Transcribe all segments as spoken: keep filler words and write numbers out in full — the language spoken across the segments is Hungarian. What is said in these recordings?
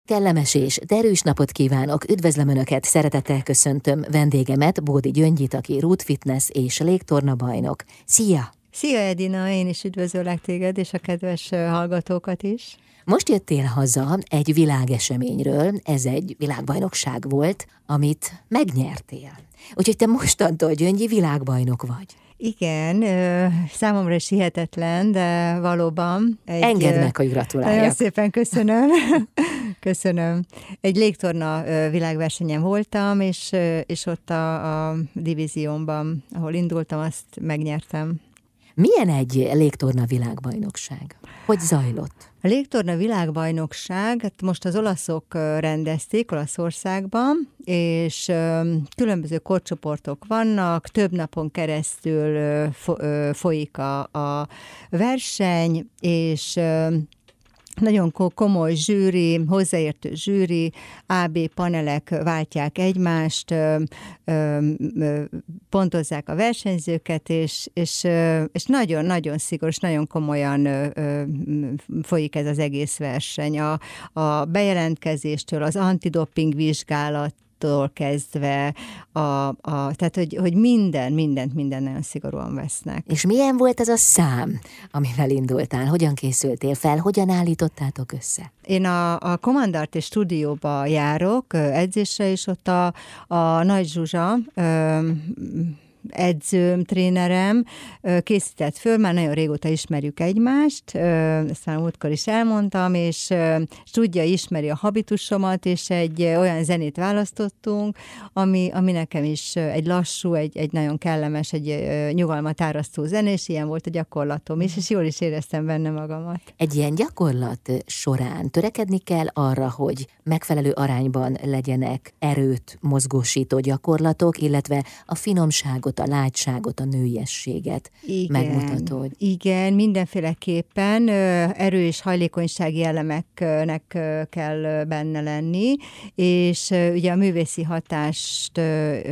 Kellemes és derűs napot kívánok, üdvözlöm Önöket, szeretettel köszöntöm vendégemet, Bódi Gyöngyit, aki Root Fitness és légtorna bajnok. Szia! Szia Edina, én is üdvözöllek téged, és a kedves hallgatókat is. Most jöttél haza egy világeseményről, ez egy világbajnokság volt, amit megnyertél. Úgyhogy te mostantól, Gyöngyi, világbajnok vagy. Igen, számomra is hihetetlen, de valóban... Egy, Engedd meg, hogy gratuláljak. Nagyon szépen köszönöm. Köszönöm. Egy légtorna világversenyen voltam, és, és ott a, a divíziómban, ahol indultam, azt megnyertem. Milyen egy légtorna világbajnokság? Hogy zajlott? A légtorna világbajnokság, hát most az olaszok rendezték Olaszországban, és különböző korcsoportok vannak, több napon keresztül folyik a, a verseny, és nagyon komoly zsűri, hozzáértő zsűri, á bé panelek váltják egymást, pontozzák a versenyzőket, és, és, és nagyon-nagyon szigorús, nagyon komolyan folyik ez az egész verseny. A, a bejelentkezéstől, az antidoping vizsgálat, tól kezdve, a, a, tehát, hogy, hogy minden, mindent, minden nagyon szigorúan vesznek. És milyen volt ez a szám, amivel indultál? Hogyan készültél fel? Hogyan állítottátok össze? Én a, a Comandarte stúdióba járok edzésre, és ott a, a Nagy Zsuzsa, ö, edzőm, trénerem készített föl, már nagyon régóta ismerjük egymást, ezt már múltkor is elmondtam, és, és tudja, ismeri a habitusomat, és egy olyan zenét választottunk, ami, ami nekem is egy lassú, egy, egy nagyon kellemes, egy nyugalmat árasztó zene, és ilyen volt a gyakorlatom is, és jól is éreztem benne magamat. Egy ilyen gyakorlat során törekedni kell arra, hogy megfelelő arányban legyenek erőt mozgósító gyakorlatok, illetve a finomságot, a lágyságot, a nőiességet igen, megmutatod. Igen, mindenféleképpen erő- és hajlékonysági elemeknek kell benne lenni, és ugye a művészi hatást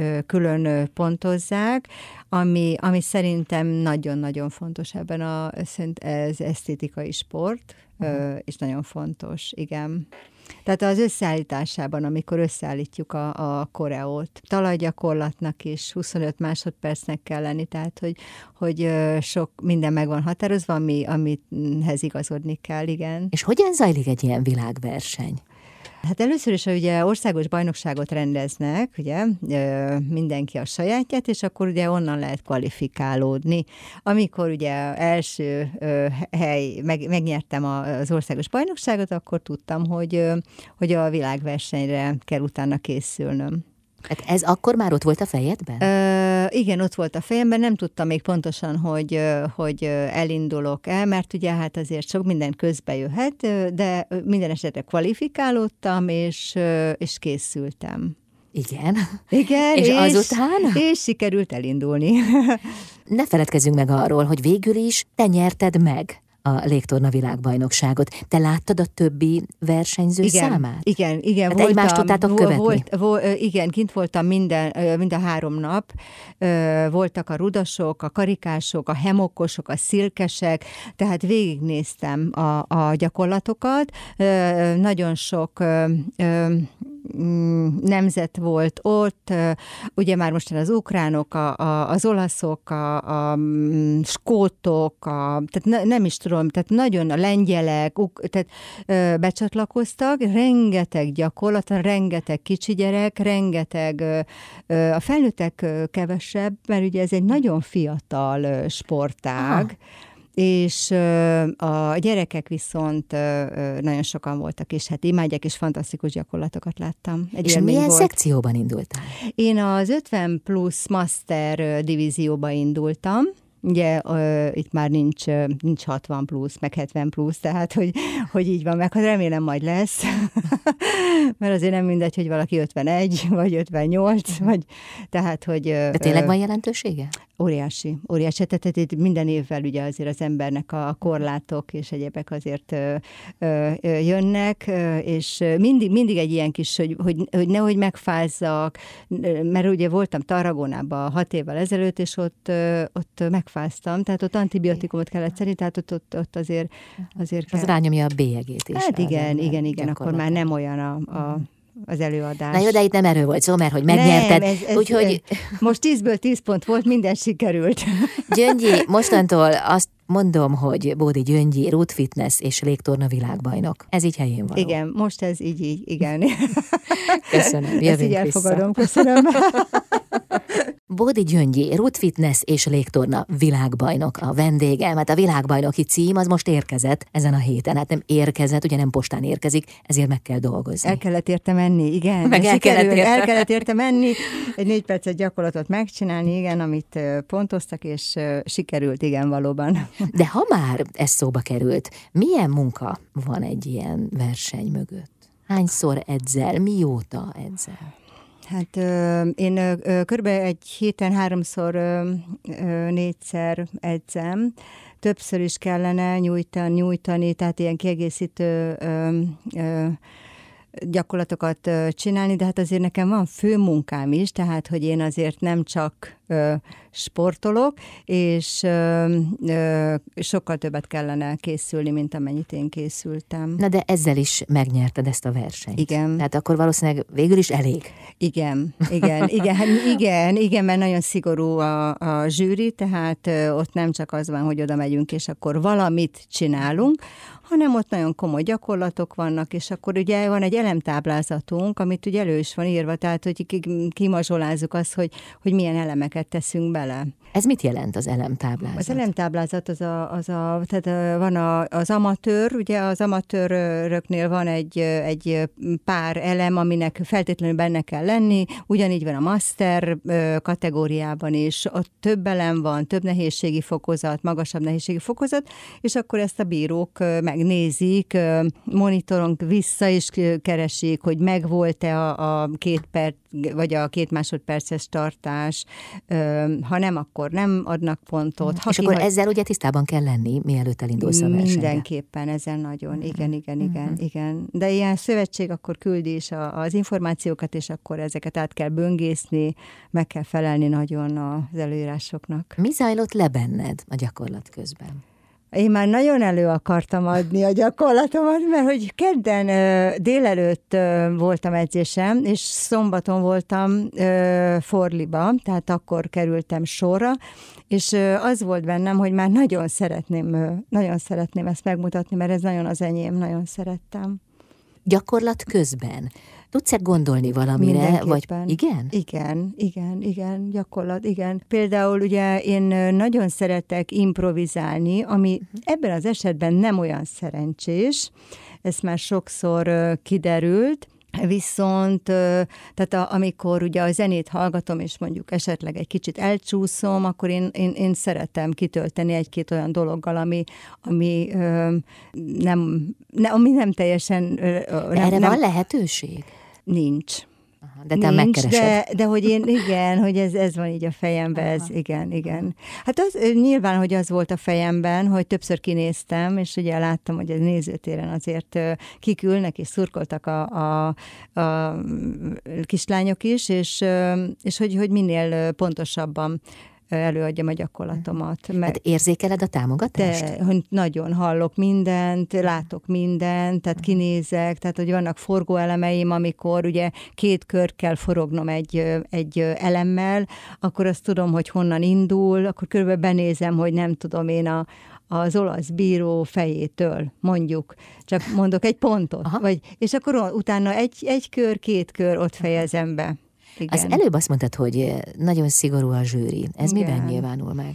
külön pontozzák, ami, ami szerintem nagyon-nagyon fontos ebben a, ez esztétikai sport, uh-huh. és nagyon fontos, igen. Tehát az összeállításában, amikor összeállítjuk a, a koreót, talajgyakorlatnak is huszonöt másodpercnek kell lenni, tehát hogy, hogy sok minden meg van határozva, ami, amihez igazodni kell, igen. És hogyan zajlik egy ilyen világverseny? Hát először is ugye országos bajnokságot rendeznek, ugye, mindenki a sajátját, és akkor ugye onnan lehet kvalifikálódni. Amikor ugye első hely, meg, megnyertem az országos bajnokságot, akkor tudtam, hogy, hogy a világversenyre kell utána készülnöm. Hát ez akkor már ott volt a fejedben? Ö, igen, ott volt a fejemben, nem tudtam még pontosan, hogy, hogy elindulok el, mert ugye hát azért sok minden közbe jöhet, de minden esetre kvalifikálódtam, és, és készültem. Igen. Igen, és, és azután? És sikerült elindulni. Ne feledkezzünk meg arról, hogy végül is te nyerted meg a légtorna világbajnokságot. Te láttad a többi versenyző igen, számát? Igen, igen. Hát egymást tudtátok követni? Volt, volt, igen, kint voltam minden, mind a három nap. Voltak a rudasok, a karikások, a hemokosok, a szilkesek, tehát végignéztem a, a gyakorlatokat. Nagyon sok nemzet volt ott, ugye már most az ukránok, a, a, az olaszok, a, a skótok, a, tehát ne, nem is tudom, tehát nagyon a lengyelek, uk, tehát ö, becsatlakoztak, rengeteg gyakorlat, rengeteg kicsi gyerek, rengeteg, ö, ö, a felnőttek ö, kevesebb, mert ugye ez egy nagyon fiatal ö, sportág, aha. És a gyerekek viszont nagyon sokan voltak, és hát imádják, és fantasztikus gyakorlatokat láttam. Egy és milyen volt. Szekcióban indultál? Én az ötven plusz master divízióba indultam. Ugye uh, itt már nincs, uh, nincs hatvan plusz, meg hetven plusz, tehát hogy, hogy így van meg, hát remélem majd lesz, mert azért nem mindegy, hogy valaki ötvenegy, vagy ötvennyolc, vagy tehát, hogy... Uh, De tényleg van jelentősége? Óriási, óriási. Tehát itt minden évvel ugye azért az embernek a korlátok és egyébek azért ö, ö, jönnek, és mindig, mindig egy ilyen kis, hogy, hogy, hogy nehogy megfázzak, mert ugye voltam Tarragonában hat évvel ezelőtt, és ott, ott megfáztam, tehát ott antibiotikumot kellett szedni, tehát ott, ott, ott azért, azért kell. Az rányomja a bélyegét is. Hát igen, igen, igen, akkor már nem olyan a, a az előadás. Na jó, de itt nem erről volt szó, mert hogy megnyerted. Nem, ez, ez, úgyhogy... Most tízből tíz pont volt, minden sikerült. Gyöngyi, mostantól azt mondom, hogy Bódi Gyöngyi, Root Fitness és légtorna világbajnok. Ez így helyén való. Igen, most ez így, így igen. Köszönöm, jövünk Ezt így elfogadom, köszönöm. Bódi Gyöngyi, Root Fitness és légtorna világbajnok a vendégem. Hát a világbajnoki cím az most érkezett ezen a héten. Hát nem érkezett, ugye nem postán érkezik, ezért meg kell dolgozni. El kellett érte menni, igen. Meg el kellett, érte. el kellett érte menni, egy négy perces gyakorlatot megcsinálni, igen, amit pontoztak, és sikerült, igen, valóban. De ha már ez szóba került, milyen munka van egy ilyen verseny mögött? Hányszor edzel? Mióta edzel? Hát én körülbelül egy héten háromszor, négyszer edzem. Többször is kellene nyújtani, nyújtani tehát ilyen kiegészítő gyakorlatokat csinálni, de hát azért nekem van főmunkám is, tehát hogy én azért nem csak ö, sportolok, és ö, ö, sokkal többet kellene készülni, mint amennyit én készültem. Na de ezzel is megnyerted ezt a versenyt. Igen. Tehát akkor valószínűleg végül is elég. Igen, igen, igen, hát igen, igen, mert nagyon szigorú a, a zsűri, tehát ö, ott nem csak az van, hogy oda megyünk, és akkor valamit csinálunk, hanem ott nagyon komoly gyakorlatok vannak, és akkor ugye van egy elemtáblázatunk, amit ugye elő is van írva, tehát hogy kimazsolázzuk azt, hogy, hogy milyen elemeket teszünk bele. Ez mit jelent az elemtáblázat? Az elemtáblázat az a, az a tehát van a, az amatőr, ugye az amatőröknél van egy, egy pár elem, aminek feltétlenül benne kell lenni, ugyanígy van a master kategóriában is, ott több elem van, több nehézségi fokozat, magasabb nehézségi fokozat, és akkor ezt a bírók megnézik, monitoron vissza is keresik, hogy megvolt-e a, a két perc, vagy a két másodperces tartás, ha nem, akkor nem adnak pontot. Ha és akkor hagy... ezzel ugye tisztában kell lenni, mielőtt elindulsz a versenyre. Mindenképpen, ezen nagyon, igen, igen, igen, uh-huh. igen. De ilyen szövetség akkor küldi is a, az információkat, és akkor ezeket át kell böngészni, meg kell felelni nagyon az előírásoknak. Mi zajlott le benned a gyakorlat közben? Én már nagyon elő akartam adni a gyakorlatomat, mert hogy kedden ö, délelőtt ö, voltam edzésem, és szombaton voltam ö, Forliba, tehát akkor kerültem sorra, és ö, az volt bennem, hogy már nagyon szeretném, ö, nagyon szeretném ezt megmutatni, mert ez nagyon az enyém, nagyon szerettem. Gyakorlat közben tudsz-e gondolni valamire? Vagy igen? Igen, igen, igen, gyakorlat, igen. Például ugye én nagyon szeretek improvizálni, ami ebben az esetben nem olyan szerencsés, ez már sokszor kiderült, viszont, tehát a, amikor ugye a zenét hallgatom, és mondjuk esetleg egy kicsit elcsúszom, akkor én, én, én szeretem kitölteni egy-két olyan dologgal, ami, ami, ö, nem, ne, ami nem teljesen... Ö, Erre nem, van lehetőség? Nincs. Aha, de te Nincs, de, de hogy én, igen, hogy ez, ez van így a fejemben, ez, igen, igen. Hát az nyilván, hogy az volt a fejemben, hogy többször kinéztem, és ugye láttam, hogy a nézőtéren azért kik ülnek, és szurkoltak a, a, a kislányok is, és, és hogy, hogy minél pontosabban előadjam a gyakorlatomat. Meg... Hát érzékeled a támogatást? De, hogy nagyon hallok mindent, látok mindent, tehát kinézek, tehát hogy vannak forgóelemeim, amikor ugye két kör kell forognom egy, egy elemmel, akkor azt tudom, hogy honnan indul, akkor körülbelül benézem, hogy nem tudom én a az olasz bíró fejétől, mondjuk, csak mondok egy pontot, vagy, és akkor utána egy, egy kör, két kör ott fejezem be. Igen. Az előbb azt mondtad, hogy nagyon szigorú a zsűri. Ez igen. Miben nyilvánul meg?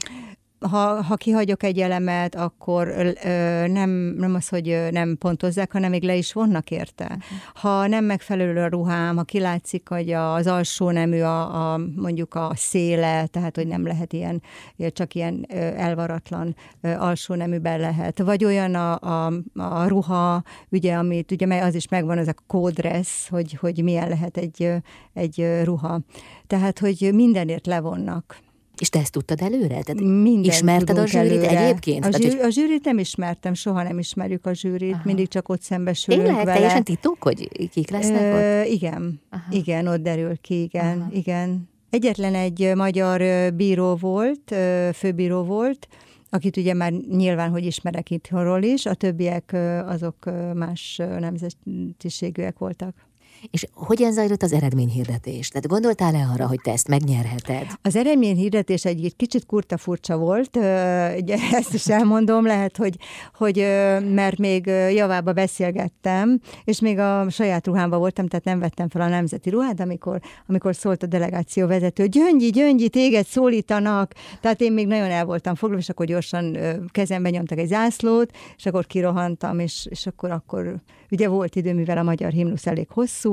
Ha, ha kihagyok egy elemet, akkor ö, nem, nem az, hogy nem pontozzák, hanem még le is vonnak érte. Uh-huh. Ha nem megfelelő a ruhám, ha kilátszik, hogy az alsó nemű a, a, mondjuk a széle, tehát hogy nem lehet ilyen, csak ilyen elvaratlan alsó neműben lehet. Vagy olyan a, a, a ruha, ugye, amit ugye az is megvan, ez a kódressz, hogy, hogy milyen lehet egy, egy ruha. Tehát, hogy mindenért levonnak. És te ezt tudtad előre? Tehát mindent ismerted a zsűrit előre. egyébként? A, Tehát, zsűr, hogy... a zsűrit nem ismertem, soha nem ismerjük a zsűrit, Aha. mindig csak ott szembesülünk Tényleg? vele. Teljesen titok, hogy kik lesznek Ö, ott? igen, Aha. igen, ott derül ki, igen, Aha. igen. Egyetlen egy magyar bíró volt, főbíró volt, akit ugye már nyilván, hogy ismerek itthonról is, a többiek azok más nemzetiségűek voltak. És hogyan zajlott az eredményhirdetés? Tehát gondoltál-e arra, hogy te ezt megnyerheted? Az eredményhirdetés egy, egy kicsit kurta furcsa volt, ugye ezt is elmondom, lehet, hogy, hogy mert még javába beszélgettem, és még a saját ruhámban voltam, tehát nem vettem fel a nemzeti ruhát, amikor, amikor szólt a delegáció vezető, Gyöngyi, Gyöngyi, téged szólítanak, tehát én még nagyon el voltam foglalva, és akkor gyorsan kezembe nyomtak egy zászlót, és akkor kirohantam, és, és akkor, akkor ugye volt idő, mivel a magyar himnusz elég hosszú,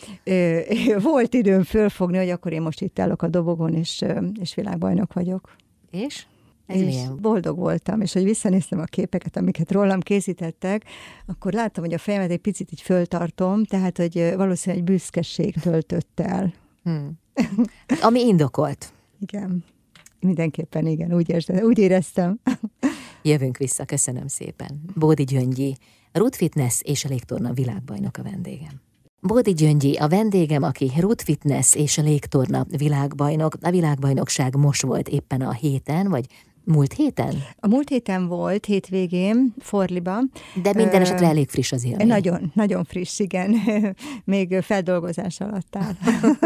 volt időm fölfogni, hogy akkor én most itt állok a dobogon, és, és világbajnok vagyok. És? Ez és milyen? Boldog voltam, és hogy visszanéztem a képeket, amiket rólam készítettek, akkor láttam, hogy a fejemet egy picit így föltartom, tehát, hogy valószínűleg egy büszkeség töltött el. Hmm. Ami indokolt. Igen. Mindenképpen igen, úgy, érzem, úgy éreztem. Jövünk vissza, köszönöm szépen. Bódi Gyöngyi, Root Fitness és a légtorna világbajnok a vendégem. Bódi Gyöngyi a vendégem, aki Root Fitness és a légtorna világbajnok. A világbajnokság most volt éppen a héten, vagy múlt héten? A múlt héten volt, hétvégén, Forliba. De minden esetre elég friss az élmény. Nagyon, nagyon friss, igen. Még feldolgozás alatt áll.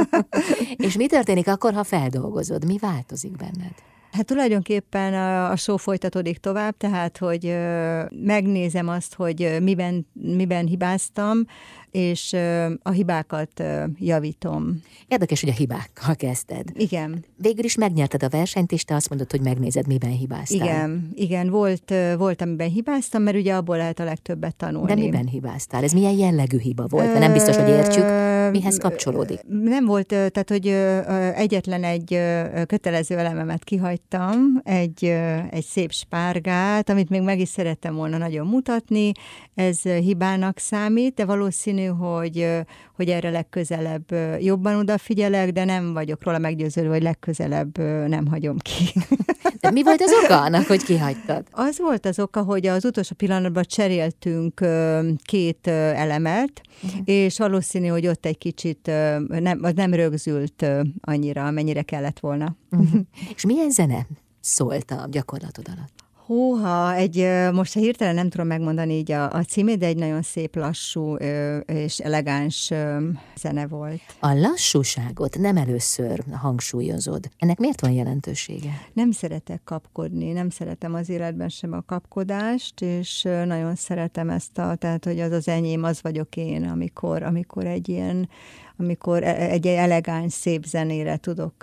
És mi történik akkor, ha feldolgozod? Mi változik benned? Hát tulajdonképpen a, a show folytatódik tovább, tehát, hogy ö, megnézem azt, hogy ö, miben, miben hibáztam, és ö, a hibákat ö, javítom. Érdekes, hogy a hibákkal kezdted. Igen. Végül is megnyerted a versenyt, és te azt mondod, hogy megnézed, miben hibáztál. Igen, igen, volt, volt, amiben hibáztam, mert ugye abból lehet a legtöbbet tanulni. De miben hibáztál? Ez milyen jellegű hiba volt? Mert nem biztos, hogy értsük. Mihez kapcsolódik? Nem volt, tehát, hogy egyetlen egy kötelező elememet kihagytam, egy, egy szép spárgát, amit még meg is szerettem volna nagyon mutatni. Ez hibának számít, de valószínű, hogy, hogy erre legközelebb jobban odafigyelek, de nem vagyok róla meggyőződve, hogy legközelebb nem hagyom ki. De mi volt az oka annak, hogy kihagytad? Az volt az oka, hogy az utolsó pillanatban cseréltünk két elemet, uh-huh. és valószínű, hogy ott egy kicsit nem, az nem rögzült annyira, amennyire kellett volna. Uh-huh. És milyen zene szólt a gyakorlatod alatt? Húha, egy, most ha hirtelen nem tudom megmondani így a, a címét, de egy nagyon szép, lassú és elegáns zene volt. A lassúságot nem először hangsúlyozod. Ennek miért van jelentősége? Nem szeretek kapkodni, nem szeretem az életben sem a kapkodást, és nagyon szeretem ezt a, tehát, hogy az az enyém, az vagyok én, amikor, amikor egy ilyen, amikor egy elegáns, szép zenére tudok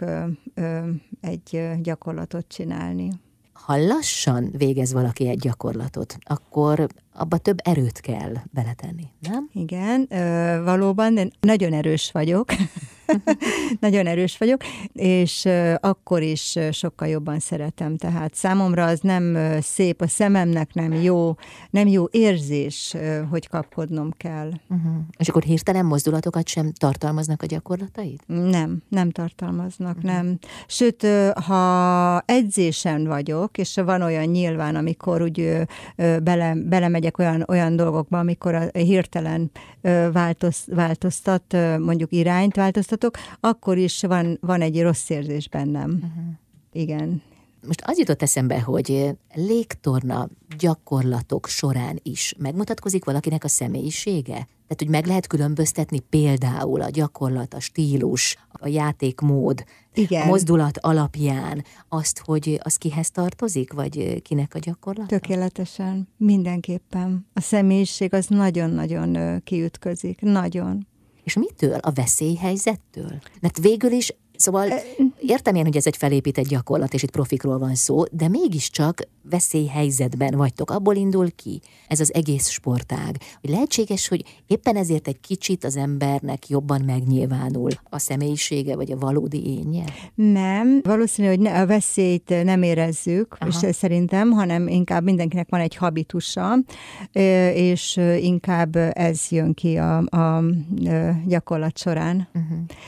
egy gyakorlatot csinálni. Ha lassan végez valaki egy gyakorlatot, akkor abba több erőt kell beletenni, nem? Igen, valóban, de nagyon erős vagyok. Nagyon erős vagyok, és akkor is sokkal jobban szeretem. Tehát számomra az nem szép, a szememnek nem jó, nem jó érzés, hogy kapkodnom kell. Uh-huh. És akkor hirtelen mozdulatokat sem tartalmaznak a gyakorlataid? Nem, nem tartalmaznak, uh-huh. nem. Sőt, ha edzésen vagyok, és van olyan nyilván, amikor úgy bele, belemegyek olyan, olyan dolgokba, amikor a hirtelen változ, változtat, mondjuk irányt változtat, akkor is van, van egy rossz érzés bennem. Uh-huh. Igen. Most az jutott eszembe, hogy légtorna gyakorlatok során is megmutatkozik valakinek a személyisége? Tehát, hogy meg lehet különböztetni például a gyakorlat, a stílus, a játékmód, igen. a mozdulat alapján azt, hogy az kihez tartozik, vagy kinek a gyakorlat? Tökéletesen, mindenképpen. A személyiség az nagyon-nagyon kiütközik, nagyon. És mitől? A veszélyhelyzettől? Mert végül is, szóval értem én, hogy ez egy felépített gyakorlat, és itt profikról van szó, de mégiscsak veszélyhelyzetben vagytok. Abból indul ki ez az egész sportág. Hogy lehetséges, hogy éppen ezért egy kicsit az embernek jobban megnyilvánul a személyisége, vagy a valódi énje? Nem. Valószínű, hogy a veszélyt nem érezzük, és szerintem, hanem inkább mindenkinek van egy habitusa, és inkább ez jön ki a, a gyakorlat során. Uh-huh.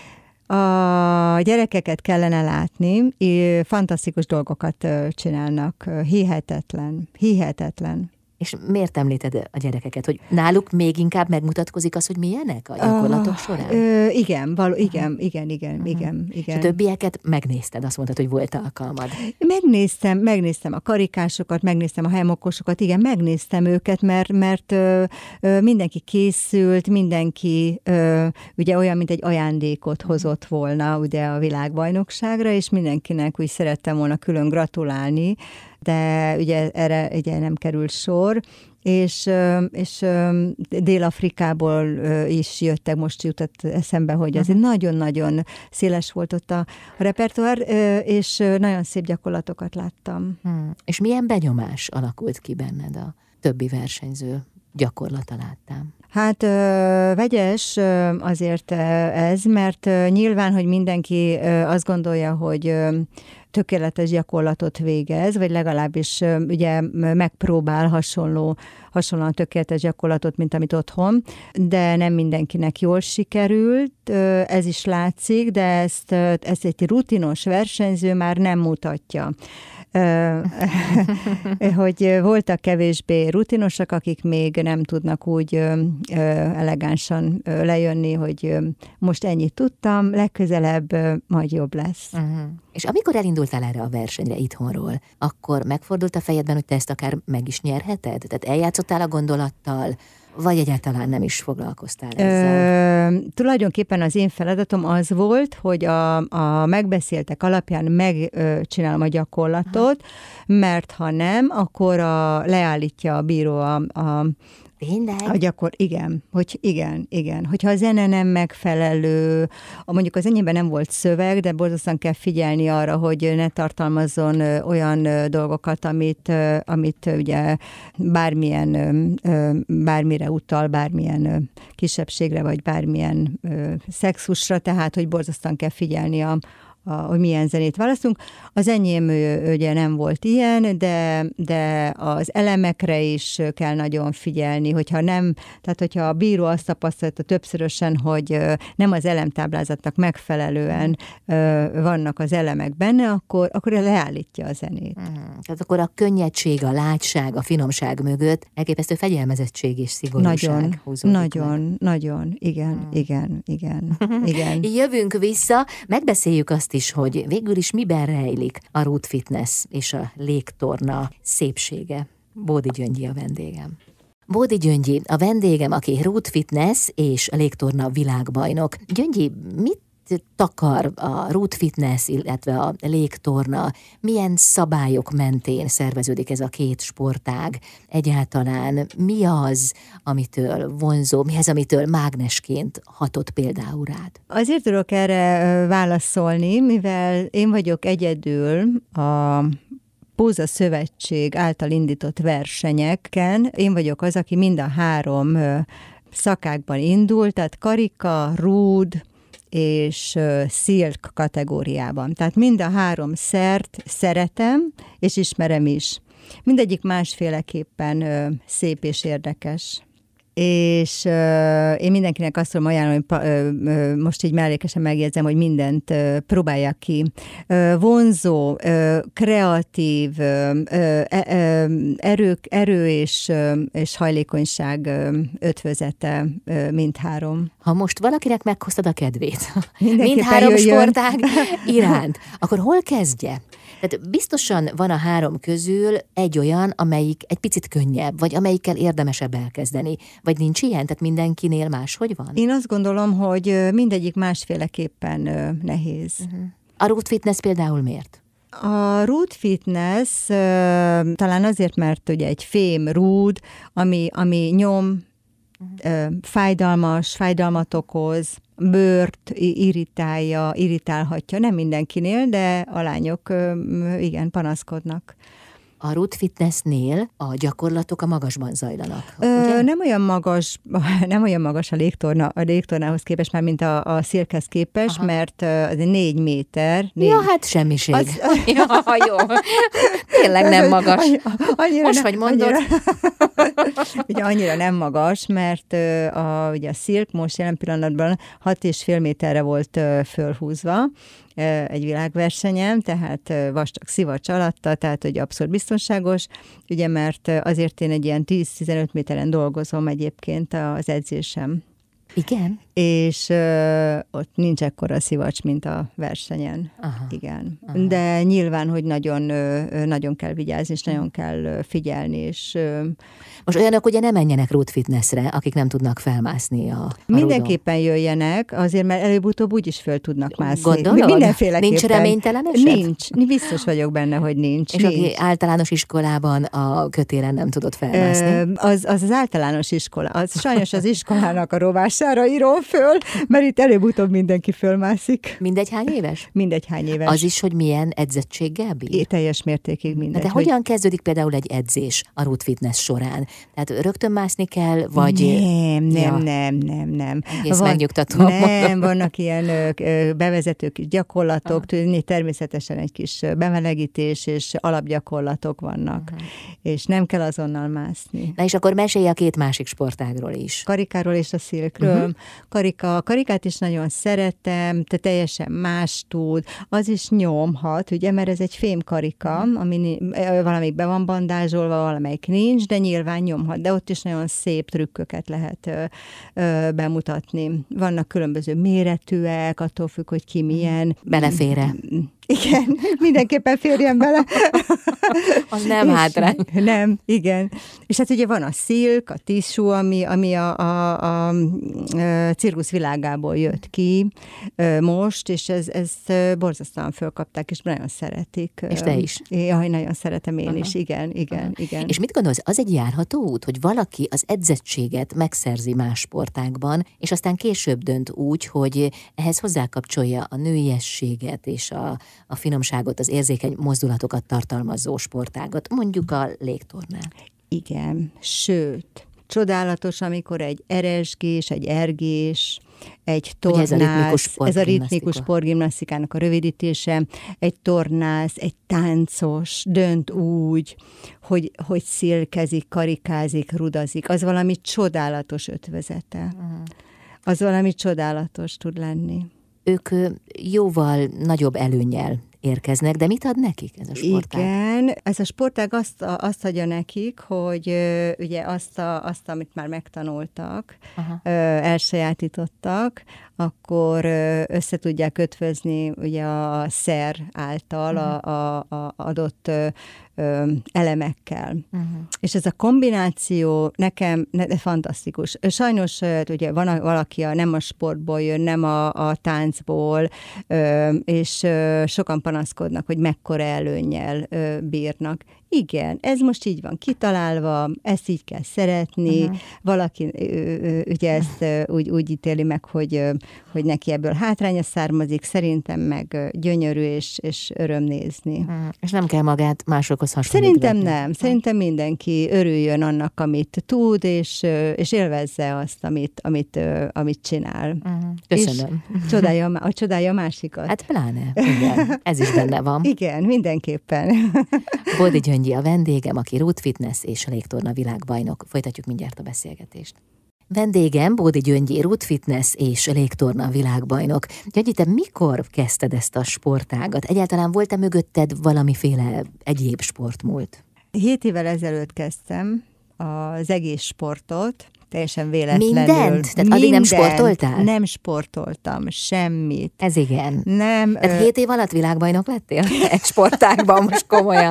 A gyerekeket kellene látni, fantasztikus dolgokat csinálnak, hihetetlen, hihetetlen. És miért említed a gyerekeket, hogy náluk még inkább megmutatkozik az, hogy milyenek a gyakorlatok uh, során? Ö, igen, való, igen, igen, igen, uh-huh. igen, igen. És a többieket megnézted, azt mondtad, hogy volt alkalmad. Megnéztem, megnéztem a karikásokat, megnéztem a hemokosokat, igen, megnéztem őket, mert, mert ö, ö, mindenki készült, mindenki ö, ugye olyan, mint egy ajándékot hozott volna ugye a világbajnokságra, és mindenkinek úgy szerettem volna külön gratulálni, de ugye erre ugye nem került sor, és, és Dél-Afrikából is jöttek, most jutott eszembe, hogy azért nagyon-nagyon széles volt ott a repertoár, és nagyon szép gyakorlatokat láttam. Hmm. És milyen benyomás alakult ki benned a többi versenyző gyakorlata láttám? Hát vegyes azért ez, mert nyilván, hogy mindenki azt gondolja, hogy tökéletes gyakorlatot végez, vagy legalábbis ugye megpróbál hasonló, hasonlóan tökéletes gyakorlatot, mint amit otthon, de nem mindenkinek jól sikerült, ez is látszik, de ezt, ezt egy rutinos versenyző már nem mutatja. hogy voltak kevésbé rutinosak, akik még nem tudnak úgy elegánsan lejönni, hogy most ennyit tudtam, legközelebb majd jobb lesz. Uh-huh. És amikor elindultál erre a versenyre itthonról, akkor megfordult a fejedben, hogy te ezt akár meg is nyerheted? Tehát eljátszottál a gondolattal, vagy egyáltalán nem is foglalkoztál ezzel? Ö, tulajdonképpen az én feladatom az volt, hogy a, a megbeszéltek alapján megcsinálom a gyakorlatot, mert ha nem, akkor a, leállítja a bíró a, a Tényleg? A gyakor, igen, hogy igen, igen. Hogyha a zene nem megfelelő, mondjuk az enyémben nem volt szöveg, de borzasztóan kell figyelni arra, hogy ne tartalmazzon olyan dolgokat, amit, amit ugye bármilyen, bármire utal, bármilyen kisebbségre, vagy bármilyen szexusra, tehát, hogy borzasztóan kell figyelni a A, hogy milyen zenét választunk. Az enyém ugye nem volt ilyen, de, de az elemekre is kell nagyon figyelni, hogyha nem, tehát hogyha a bíró azt tapasztalta többszörösen, hogy nem az elemtáblázatnak megfelelően vannak az elemek benne, akkor, akkor leállítja a zenét. Uh-huh. Tehát akkor a könnyedtség, a lágyság, a finomság mögött elképesztő fegyelmezettség és szigorúság nagyon, húzódik Nagyon, meg. nagyon, igen, uh-huh. igen, igen, igen. Jövünk vissza, megbeszéljük azt is, hogy végül is miben rejlik a Root Fitness és a légtorna szépsége. Bódi Gyöngyi a vendégem. Bódi Gyöngyi a vendégem, aki Root Fitness és a légtorna világbajnok. Gyöngyi, mit takar a Root Fitness, illetve a légtorna? Milyen szabályok mentén szerveződik ez a két sportág? Egyáltalán mi az, amitől vonzó, mi az, amitől mágnesként hatott például rád? Azért tudok erre válaszolni, mivel én vagyok egyedül a Póza Szövetség által indított versenyeken. Én vagyok az, aki mind a három szakákban indult, tehát karika, rúd, és uh, szilk kategóriában. Tehát mind a három szert szeretem, és ismerem is. Mindegyik másféleképpen uh, szép és érdekes. És uh, én mindenkinek azt tudom ajánlani, hogy uh, uh, most így mellékesen megjegyzem, hogy mindent uh, próbálják ki. Uh, vonzó, uh, kreatív, uh, uh, erő, erő és, uh, és hajlékonyság uh, ötvözete uh, mindhárom. Ha most valakinek meghoztad a kedvét, Mindenképpen mindhárom jöjjön. sportág iránt, akkor hol kezdje? Tehát biztosan van a három közül egy olyan, amelyik egy picit könnyebb, vagy amelyikkel érdemesebb elkezdeni. Vagy nincs ilyen? Tehát mindenkinél máshogy van? Én azt gondolom, hogy mindegyik másféleképpen nehéz. Uh-huh. A Root Fitness például miért? A Root Fitness talán azért, mert ugye egy fém rúd, ami, ami nyom, uh-huh. fájdalmas, fájdalmat okoz, bőrt irritálja, irritálhatja, nem mindenkinél, de a lányok igen, panaszkodnak. A Root Fitnessnél a gyakorlatok a magasban zajlanak. Ö, nem olyan magas, nem olyan magas a légtorna, a légtornához képest, már mint a, a szirkhez képest, aha. mert az négy méter. Négy... Ja, hát semmiség. Az... ja, jó. Tényleg nem magas. Annyira, Most vagy mondod. Annyira... Ugye annyira nem magas, mert a, ugye a Silk most jelen pillanatban hat és fél méterre volt fölhúzva egy világversenyen, tehát vastag szivacs alatta, tehát hogy abszolút biztonságos, ugye mert azért én egy ilyen tíz-tizenöt méteren dolgozom egyébként az edzésem. Igen? És ö, ott nincs ekkora szivacs, mint a versenyen. Aha, igen. Aha. De nyilván, hogy nagyon, ö, nagyon kell vigyázni, és nagyon kell figyelni. És, ö, most olyanok ugye nem menjenek road fitnessre, akik nem tudnak felmászni a, a mindenképpen rúdon. Jöjjenek, azért, mert előbb-utóbb úgyis föl tudnak mászni. Gondolod? Mindenféleképpen. Nincs reménytelen eset? Nincs. Biztos vagyok benne, hogy nincs. És nincs. aki általános iskolában a kötélen nem tudott felmászni? Ö, az, az az általános iskola. Az sajnos az iskolának a rovására írom föl, mert itt előbb-utóbb mindenki fölmászik. Mindegy hány éves? Mindegy hány éves. Az is, hogy milyen edzettséggel bír? É, teljes mértékig mindegy. De hogy... hogyan kezdődik például egy edzés a road fitness során? Tehát rögtön mászni kell, vagy... Nem, nem, ja. nem, nem, nem. Egész Van, megnyugtató. Nem, vannak ilyen ö, bevezető kis gyakorlatok, tudni, természetesen egy kis bemelegítés és alapgyakorlatok vannak. Aha. És nem kell azonnal mászni. Na és akkor mesélj a két másik sportágról is. Karikáról és a szilkről. Uh-huh. Karika, a karikát is nagyon szeretem, te teljesen más tud, az is nyomhat, ugye, mert ez egy fémkarika, ami valamelyik be van bandázsolva, valamelyik nincs, de nyilván nyomhat, de ott is nagyon szép trükköket lehet ö, ö, bemutatni. Vannak különböző méretűek, attól függ, hogy ki milyen. Belefér-e? Igen, mindenképpen férjen bele. Az nem hátrány. Nem, igen. És hát ugye van a szilk, a tízsú, ami, ami a, a, a, a cirkusz világából jött ki most, és ez, ez borzasztóan fölkapták, és nagyon szeretik. És te is? Jaj, nagyon szeretem én Aha. is, igen, igen, Aha. igen. És mit gondolsz, az egy járható út, hogy valaki az edzettséget megszerzi más sportágban, és aztán később dönt úgy, hogy ehhez hozzákapcsolja a nőiességet és a a finomságot, az érzékeny mozdulatokat tartalmazó sportágat, mondjuk a légtornát. Igen, sőt, csodálatos, amikor egy eresgés, egy ergés, egy tornász, ez a ritmikus, ez a ritmikus sportgimnasztikának a rövidítése, egy tornász, egy táncos dönt úgy, hogy, hogy szilkezik, karikázik, rudazik. Az valami csodálatos ötvözete. Uh-huh. Az valami csodálatos tud lenni. Ők jóval nagyobb előnnyel érkeznek, de mit ad nekik ez a sportág? Igen, ez a sportág azt, azt adja nekik, hogy ugye azt, a, azt amit már megtanultak, Aha. elsajátítottak, akkor össze tudják ötvözni ugye a szer által uh-huh. a, a, a adott ö, elemekkel. Uh-huh. És ez a kombináció nekem ne, fantasztikus. Sajnos ugye van valaki a, nem a sportból jön, nem a, a táncból, ö, és ö, sokan panaszkodnak, hogy mekkora előnnyel ö, bírnak. Igen, ez most így van kitalálva, ezt így kell szeretni, uh-huh. valaki ö, ö, ugye ezt ö, úgy, úgy ítéli meg, hogy, ö, hogy neki ebből hátránya származik, szerintem meg gyönyörű és, és öröm nézni. Uh-huh. És nem kell magát másokhoz hasonlítani. Szerintem nem, szerintem mindenki örüljön annak, amit tud, és, és élvezze azt, amit, amit, amit csinál. Uh-huh. Köszönöm. És csodálja, a csodálja a másikat. Hát pláne, igen, ez is benne van. Igen, mindenképpen. Bódi Gyöngyi a vendégem, aki road fitness és légtorna világbajnok. Folytatjuk mindjárt a beszélgetést. Vendégem Bódi Gyöngyi, road fitness és légtorna világbajnok. Gyöngyi, te mikor kezdted ezt a sportágat? Egyáltalán volt-e mögötted valamiféle egyéb sportmúlt? Hét évvel ezelőtt kezdtem az egész sportot, teljesen véletlenül. Mindent? Tehát addig nem sportoltál? Nem sportoltam, semmit. Ez igen. Nem. Tehát ö... hét év alatt világbajnok lettél egy sportágban, most komolyan.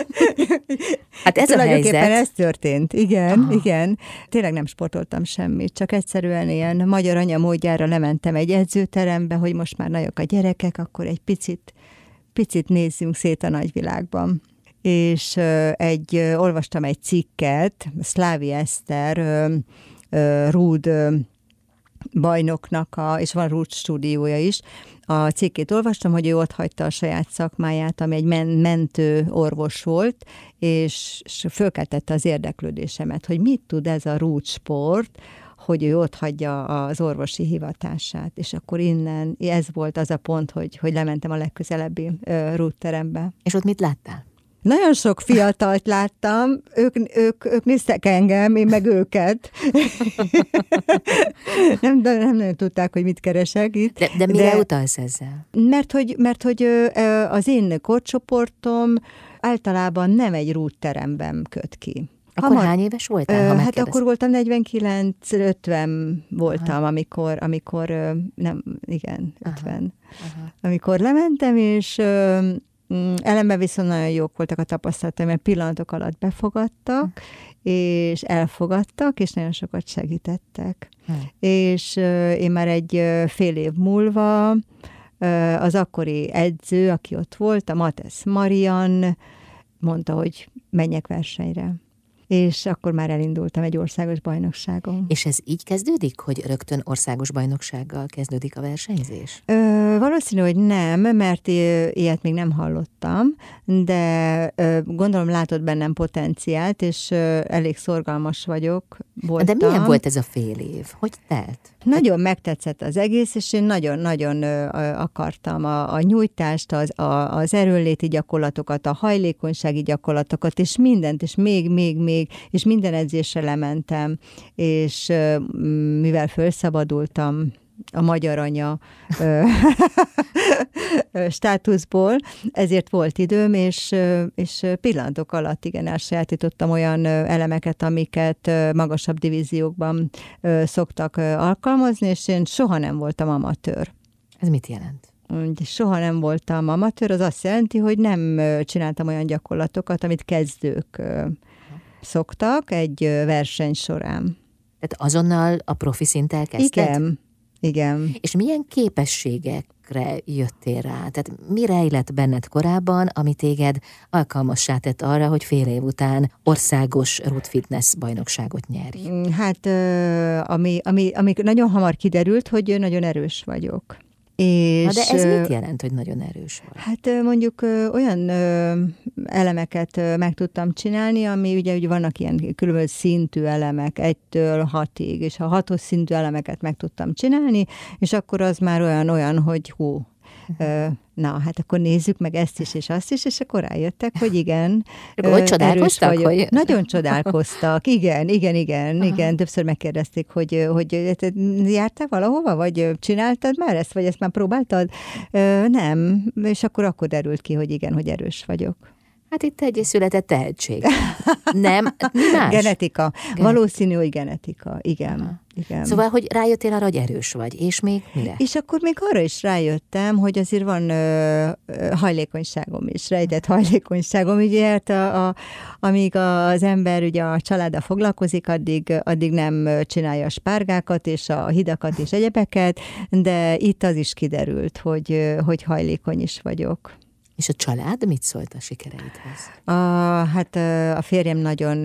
Hát ez a helyzet. ez történt, igen, ah. igen. Tényleg nem sportoltam semmit, csak egyszerűen ilyen magyar anyamódjára lementem egy edzőterembe, hogy most már nagyok a gyerekek, akkor egy picit, picit nézzünk szét a nagyvilágban. És uh, egy, uh, olvastam egy cikket, Szlávi Eszter, uh, uh, Rúd uh, bajnoknak, a, és van Rúd stúdiója is, a cikkét olvastam, hogy ő ott hagyta a saját szakmáját, ami egy men- mentő orvos volt, és, és fölkeltette az érdeklődésemet, hogy mit tud ez a Rúd sport, hogy ő ott hagyja az orvosi hivatását, és akkor innen, ez volt az a pont, hogy, hogy lementem a legközelebbi uh, Rúd terembe. És ott mit láttál? Nagyon sok fiatalt láttam, ők, ők, ők néztek engem, én meg őket. nem, nem nagyon tudták, hogy mit keresek itt. De, de mire de, utalsz ezzel? Mert hogy, mert hogy az én korcsoportom általában nem egy rútteremben köt ki. Akkor Hamar, hány éves voltál, ha Hát akkor voltam negyvenkilenc ötven voltam, aha. amikor, amikor nem, igen, ötven. Aha. Aha. Amikor lementem, és ellenben viszont nagyon jók voltak a tapasztalatok, mert pillanatok alatt befogadtak, hm. és elfogadtak, és nagyon sokat segítettek. Hm. És én már egy fél év múlva az akkori edző, aki ott volt, a Matesz Marian, mondta, hogy menjek versenyre. És akkor már elindultam egy országos bajnokságon. És ez így kezdődik, hogy rögtön országos bajnoksággal kezdődik a versenyzés? Ö, valószínű, hogy nem, mert ilyet még nem hallottam, de ö, gondolom látod bennem potenciált, és ö, elég szorgalmas vagyok, voltam. De milyen volt ez a fél év? Hogy telt? Nagyon megtetszett az egész, és én nagyon-nagyon akartam a, a nyújtást, az, a, az erőnléti gyakorlatokat, a hajlékonysági gyakorlatokat, és mindent, és még, még, még, és minden edzésre lementem, és mivel felszabadultam a magyar anya státuszból, ezért volt időm, és, és pillanatok alatt igen, elsajátítottam olyan elemeket, amiket magasabb divíziókban szoktak alkalmazni, és én soha nem voltam amatőr. Ez mit jelent? Soha nem voltam amatőr, az azt jelenti, hogy nem csináltam olyan gyakorlatokat, amit kezdők szoktak egy verseny során. Tehát azonnal a profi szinttel kezdted? Igen. Igen. És milyen képességekre jöttél rá? Tehát mi rejlett benned korábban, ami téged alkalmassá tett arra, hogy fél év után országos road fitness bajnokságot nyerj? Hát, ami, ami, ami nagyon hamar kiderült, hogy nagyon erős vagyok. És, na de ez mit jelent, hogy nagyon erős vagy? Hát mondjuk olyan elemeket meg tudtam csinálni, ami ugye, ugye vannak ilyen különböző szintű elemek, egytől hatig, és a hatos szintű elemeket meg tudtam csinálni, és akkor az már olyan-olyan, hogy hú, uh-huh. na, hát akkor nézzük meg ezt is, és azt is, és akkor rájöttek, hogy igen, hogy csodálkoztak? Hogy... Nagyon csodálkoztak, igen, igen, igen, aha. igen, többször megkérdezték, hogy, hogy jártál valahova, vagy csináltad már ezt, vagy ezt már próbáltad? Nem, és akkor akkor derült ki, hogy igen, hogy erős vagyok. Hát itt egy született tehetség. Nem, mi más? Genetika. Genetika. Valószínű, hogy genetika. Igen. Igen. Szóval, hogy rájöttél arra, hogy erős vagy, és még mire? És akkor még arra is rájöttem, hogy azért van ö, hajlékonyságom is, rejtett hajlékonyságom, ugye, hát a, a, amíg az ember ugye a családdal foglalkozik, addig, addig nem csinálja a spárgákat, és a hidakat, és egyebeket, de itt az is kiderült, hogy, hogy hajlékony is vagyok. És a család mit szólt a sikereidhez? A, hát a férjem nagyon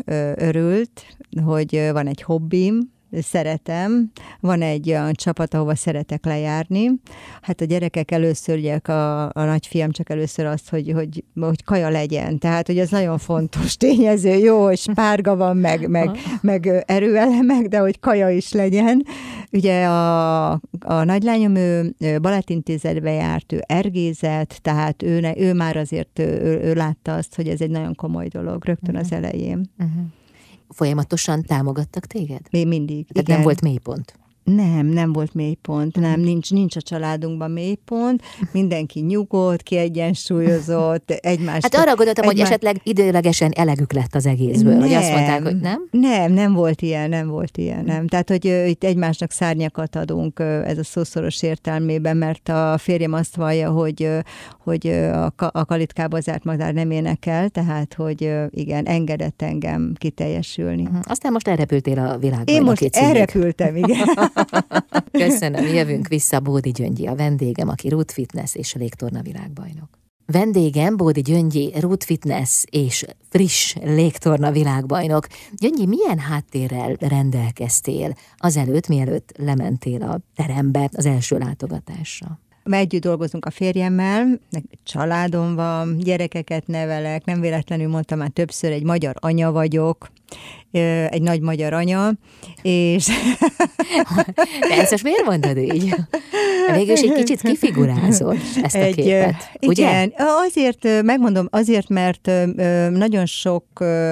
örült, hogy van egy hobbim, szeretem, van egy olyan csapat, ahova szeretek lejárni. Hát a gyerekek először, ugye a, a nagyfiam csak először azt, hogy, hogy, hogy kaja legyen. Tehát, hogy ez nagyon fontos tényező. Jó, hogy spárga van, meg, meg, meg erőelemek, de hogy kaja is legyen. Ugye a, a nagylányom, ő balettintézetbe járt, ő ergézett, tehát ő, ő már azért ő, ő látta azt, hogy ez egy nagyon komoly dolog rögtön uh-huh. az elején. Uh-huh. Folyamatosan támogattak téged? Még mindig. Tehát igen. Nem volt mélypont? Nem, nem volt mélypont, nem, nincs, nincs a családunkban mélypont, mindenki nyugodt, kiegyensúlyozott, egymást... Hát arra gondoltam, egymás... hogy esetleg időlegesen elegük lett az egészből, nem, hogy azt mondták, hogy nem? Nem, nem volt ilyen, nem volt ilyen, nem. Tehát, hogy uh, itt egymásnak szárnyakat adunk, uh, ez a szószoros értelmében, mert a férjem azt vallja, hogy, uh, hogy uh, a, a kalitkába zárt madár nem énekel, tehát, hogy uh, igen, engedett engem kiteljesülni. Uh-huh. Aztán most elrepültél a világbajnoki Én most elrepültem, igen. Köszönöm, jövünk vissza. Bódi Gyöngyi a vendégem, aki road fitness és légtorna világbajnok. Vendégem Bódi Gyöngyi, road fitness és friss légtorna világbajnok. Gyöngyi, milyen háttérrel rendelkeztél azelőtt, mielőtt lementél a terembe az első látogatásra? Együtt dolgozunk a férjemmel, családom van, gyerekeket nevelek, nem véletlenül mondtam már többször, egy magyar anya vagyok, egy nagy magyar anya, és... De ezt most miért mondod így? Végül is egy kicsit kifigurázod ezt a egy, képet, ugye? Igen, azért, megmondom, azért, mert nagyon sok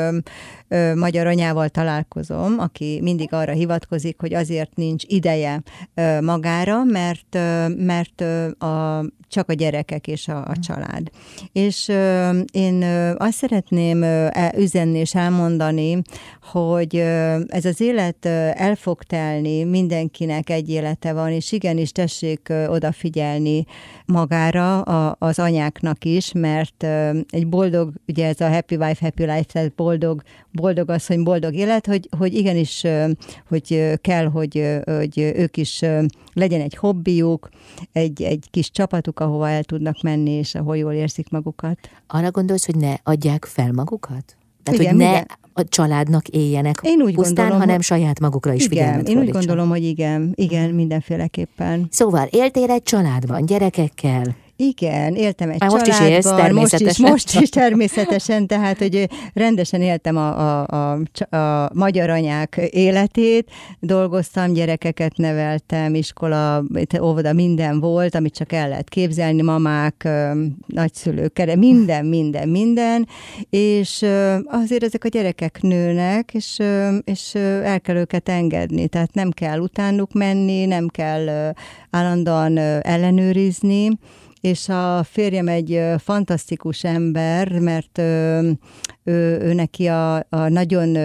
magyar anyával találkozom, aki mindig arra hivatkozik, hogy azért nincs ideje magára, mert, mert a, csak a gyerekek és a, a család. És én azt szeretném üzenni és elmondani, hogy ez az élet el fog telni, mindenkinek egy élete van, és igenis tessék odafigyelni magára a, az anyáknak is, mert egy boldog, ugye ez a happy wife, happy life, tehát boldog, boldog asszony, boldog élet, hogy, hogy igenis, hogy kell, hogy, hogy ők is legyen egy hobbijuk, egy, egy kis csapatuk, ahova el tudnak menni, és ahol jól érzik magukat. Arra gondolsz, hogy ne adják fel magukat? Tehát, igen, hogy ne igen. a családnak éljenek én úgy pusztán, gondolom, hanem hogy... saját magukra is igen, figyelmet én úgy fordítson. gondolom, hogy igen, igen, mindenféleképpen. Szóval éltél egy családban, gyerekekkel? Igen, éltem egy Már családban. Most is élsz, természetesen. Most is, most is természetesen, tehát, hogy rendesen éltem a, a, a, a magyar anyák életét, dolgoztam, gyerekeket neveltem, iskola, óvoda, minden volt, amit csak el lehet képzelni, mamák, nagyszülők, minden, minden, minden, és azért ezek a gyerekek nőnek, és, és el kell őket engedni, tehát nem kell utánuk menni, nem kell állandóan ellenőrizni, és a férjem egy fantasztikus ember, mert ő, ő, ő neki a, a nagyon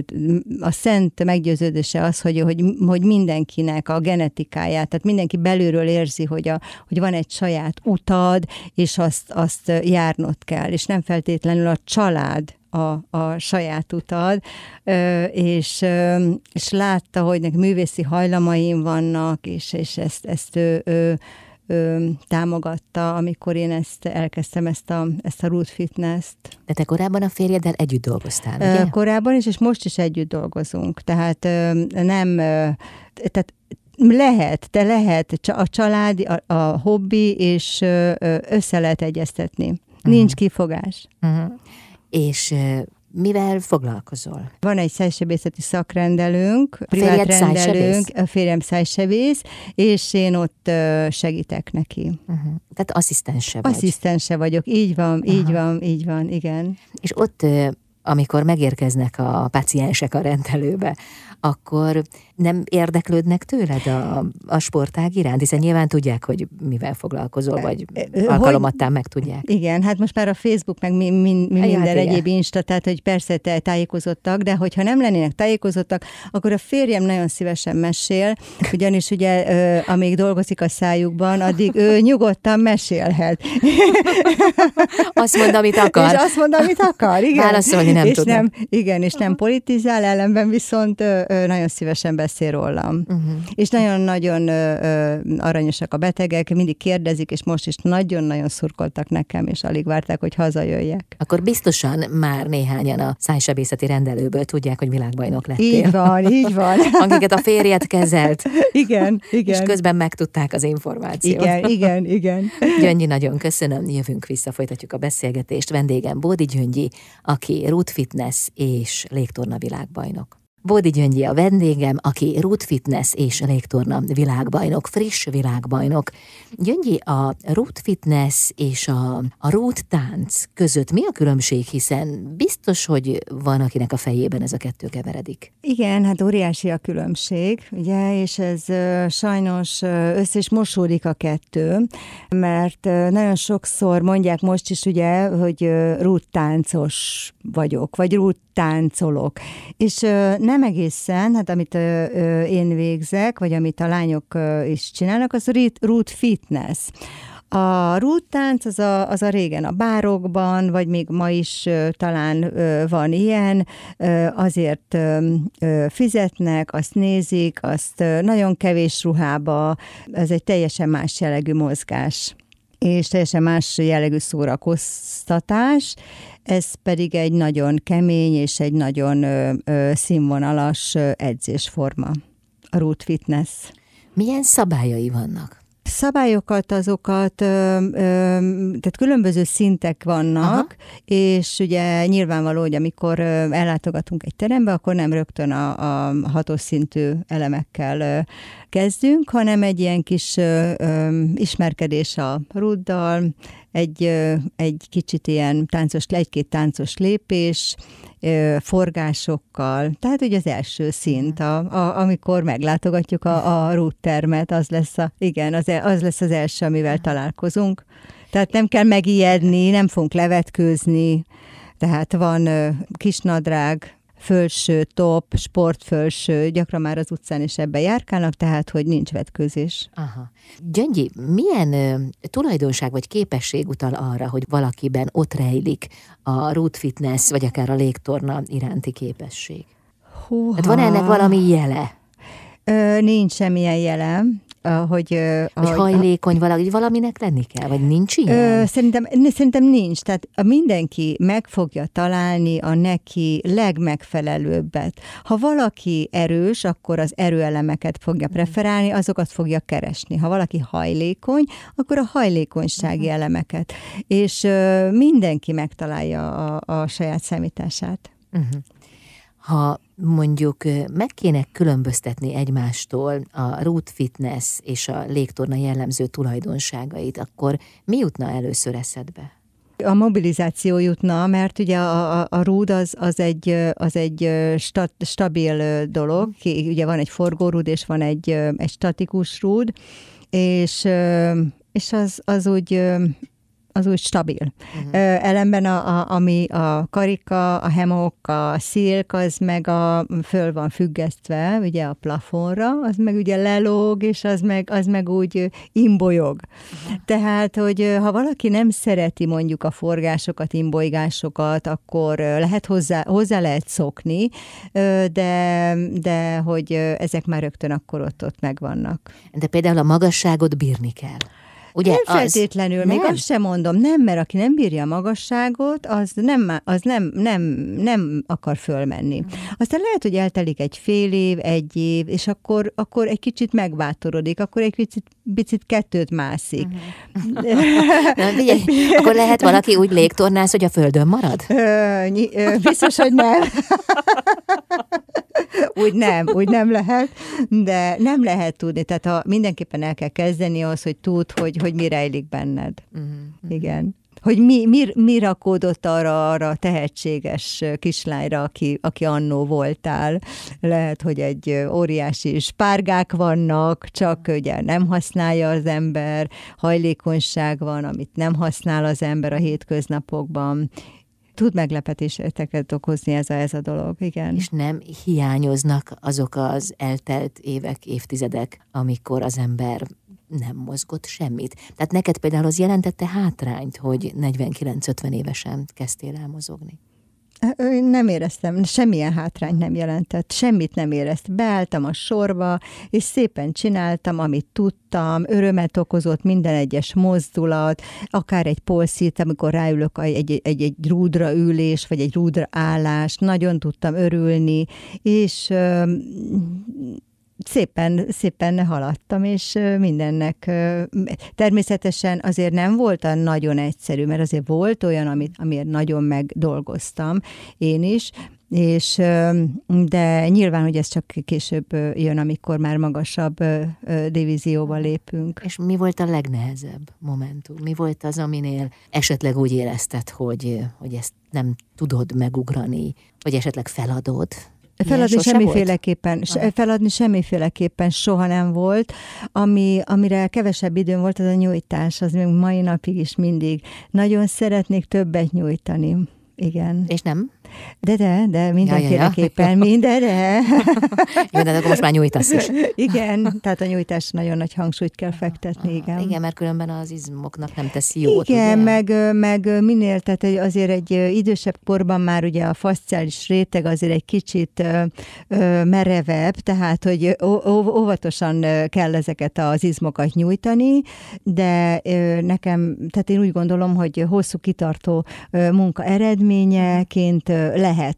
a szent meggyőződése az, hogy, hogy, hogy mindenkinek a genetikáját, tehát mindenki belülről érzi, hogy, a, hogy van egy saját utad, és azt, azt járnod kell, és nem feltétlenül a család A, a saját utad, és, és látta, hogy neki művészi hajlamaim vannak, és, és ezt, ezt ő, ő, ő támogatta, amikor én ezt elkezdtem, ezt a, ezt a Root Fitness-t. De te korábban a férjeddel együtt dolgoztál, ugye? Korábban is, és most is együtt dolgozunk. Tehát nem, tehát lehet, te lehet, a család, a, a hobbi, és össze lehet egyeztetni. Uh-huh. Nincs kifogás. Uh-huh. És mivel foglalkozol? Van egy szájsebészeti szakrendelőnk, privát rendelőnk, a férjem szájsebész, és én ott segítek neki. Uh-huh. Tehát asszisztense vagy. Asszisztense vagyok, így van, Aha. így van, így van, igen. És ott, amikor megérkeznek a páciensek a rendelőbe, akkor nem érdeklődnek tőled a, a sportág iránt? Hiszen nyilván tudják, hogy mivel foglalkozol, vagy alkalomattán meg tudják. Igen, hát most már a Facebook, meg mi, mi, mi minden hát egyéb Insta, tehát hogy persze te tájékozottak, de hogyha nem lennének tájékozottak, akkor a férjem nagyon szívesen mesél, ugyanis ugye amíg dolgozik a szájukban, addig ő nyugodtan mesélhet. Azt mond, amit akar. És azt mond, amit akar, igen. Válaszolni nem és tudnak. Nem, igen, és nem politizál, ellenben viszont ö, nagyon szívesen beszél rólam. Uh-huh. És nagyon-nagyon ö, aranyosak a betegek, mindig kérdezik, és most is nagyon-nagyon szurkoltak nekem, és alig várták, hogy hazajöjjek. Akkor biztosan már néhányan a szájsebészeti rendelőből tudják, hogy világbajnok lettél. Így van, így van. Akiket a férjed kezelt. Igen, igen. És közben megtudták az információt. Igen, igen, igen. Gyöngyi, nagyon köszönöm. Jövünk vissza, folytatjuk a beszélgetést. Vendégem Bódi Gyöngyi, aki Root Fitness és légtorna világbajnok. Bódi Gyöngyi a vendégem, aki Root Fitness és légtorna világbajnok, friss világbajnok. Gyöngyi, a Root Fitness és a, a Root tánc között mi a különbség, hiszen biztos, hogy van, akinek a fejében ez a kettő keveredik. Igen, hát óriási a különbség, ugye, és ez uh, sajnos uh, össze is mosódik a kettő, mert uh, nagyon sokszor mondják most is, ugye, hogy uh, Root táncos vagyok, vagy Root táncolok. És uh, nem egészen, hát amit uh, uh, én végzek, vagy amit a lányok uh, is csinálnak, az Root Fitness. A Root tánc az a, az a régen a bárokban, vagy még ma is uh, talán uh, van ilyen, uh, azért uh, fizetnek, azt nézik, azt uh, nagyon kevés ruhába, ez egy teljesen más jellegű mozgás, és teljesen más jellegű szórakoztatás, ez pedig egy nagyon kemény és egy nagyon ö, ö, színvonalas ö, edzésforma, a Root Fitness. Milyen szabályai vannak? szabályokat, azokat, ö, ö, tehát különböző szintek vannak, aha. És ugye nyilvánvaló, hogy amikor ellátogatunk egy terembe, akkor nem rögtön a, a hatos szintű elemekkel ö, kezdünk, hanem egy ilyen kis ö, ö, ismerkedés a rúddal, egy, ö, egy kicsit ilyen táncos, egy-két táncos lépés, ö, forgásokkal, tehát ugye az első szint, a, a, amikor meglátogatjuk a, a rúdtermet, az lesz, a, igen, az, az lesz az első, amivel találkozunk. Tehát nem kell megijedni, nem fogunk levetkőzni, tehát van ö, kisnadrág, fölső, top, sportfölső, gyakran már az utcán is ebbe járkálnak, tehát hogy nincs vetkőzés. Aha. Gyöngyi, milyen ö, tulajdonság vagy képesség utal arra, hogy valakiben ott rejlik a root fitness, vagy akár a légtorna iránti képesség? Húha. Hát van ennek valami jele? Ö, nincs semmilyen jele. Hogy, hogy hajlékony valami, valaminek lenni kell, vagy nincs ilyen? Ö, szerintem, szerintem nincs, tehát mindenki meg fogja találni a neki legmegfelelőbbet. Ha valaki erős, akkor az erőelemeket fogja preferálni, azokat fogja keresni. Ha valaki hajlékony, akkor a hajlékonysági uh-huh. elemeket. És ö, mindenki megtalálja a, a saját számítását. Uh-huh. Ha mondjuk meg kéne különböztetni egymástól a root fitness és a légtorna jellemző tulajdonságait, akkor mi jutna először eszedbe? A mobilizáció jutna, mert ugye a, a, a rúd az, az egy, az egy stat, stabil dolog, ugye van egy forgórúd és van egy, egy statikus rúd, és, és az, az úgy... az úgy stabil. Uh-huh. Ellenben a, a, ami a karika, a hemok, a szilk, az meg a, föl van függesztve, ugye a plafonra, az meg ugye lelóg, és az meg, az meg úgy imbolyog. Uh-huh. Tehát, hogy ha valaki nem szereti mondjuk a forgásokat, imbolygásokat, akkor lehet hozzá, hozzá lehet szokni, de, de hogy ezek már rögtön akkor ott-ott megvannak. De például a magasságot bírni kell. Ugye, nem az... feltétlenül, nem? Még azt sem mondom, nem, mert aki nem bírja a magasságot, az nem, az nem, nem, nem akar fölmenni. Mm. Aztán lehet, hogy eltelik egy fél év, egy év, és akkor, akkor egy kicsit megbátorodik, akkor egy picit, picit kettőt mászik. Mm. Na, figyelj, akkor lehet valaki úgy légtornász, hogy a földön marad? Ö, ny- ö, biztos, hogy nem. Úgy nem, úgy nem lehet, de nem lehet tudni. Tehát ha mindenképpen el kell kezdeni az, hogy tudd, hogy, hogy mi rejlik benned. Uh-huh. Igen. Hogy mi, mi, mi rakódott arra, arra tehetséges kislányra, aki, aki annó voltál. Lehet, hogy egy óriási spárgák vannak, csak ugye nem használja az ember, hajlékonyság van, amit nem használ az ember a hétköznapokban. Tud meglepetéseket okozni ez a, ez a dolog, igen. És nem hiányoznak azok az eltelt évek, évtizedek, amikor az ember nem mozgott semmit. Tehát neked például az jelentette hátrányt, hogy negyvenkilenc-ötven évesen kezdtél el mozogni? Nem éreztem, semmilyen hátrányt nem jelentett, semmit nem éreztem. Beálltam a sorba, és szépen csináltam, amit tudtam, örömet okozott minden egyes mozdulat, akár egy polszit, amikor ráülök egy, egy, egy, egy rúdra ülés, vagy egy rúdra állás, nagyon tudtam örülni, és Szépen, szépen haladtam, és mindennek természetesen azért nem volt a nagyon egyszerű, mert azért volt olyan, amit, amiért nagyon megdolgoztam én is, és, de nyilván, hogy ez csak később jön, amikor már magasabb divízióba lépünk. És mi volt a legnehezebb momentum? Mi volt az, aminél esetleg úgy érezted, hogy, hogy ezt nem tudod megugrani, vagy esetleg feladod? Feladni semmiféleképpen, feladni semmiféleképpen soha nem volt. Ami, amire kevesebb időm volt, az a nyújtás, az még mai napig is mindig. Nagyon szeretnék többet nyújtani. Igen. És nem? De, de, de mindenféleképpen, ja, ja, ja. minden, de. Jó, de akkor most már nyújtasz is. Igen, tehát a nyújtás nagyon nagy hangsúlyt kell fektetni, igen. Igen, mert különben az izmoknak nem teszi jót. Igen, meg, meg minél, tehát azért egy idősebb korban már ugye a faszciális réteg azért egy kicsit merevebb, tehát hogy óvatosan kell ezeket az izmokat nyújtani, de nekem, tehát én úgy gondolom, hogy hosszú kitartó munka eredményeként lehet.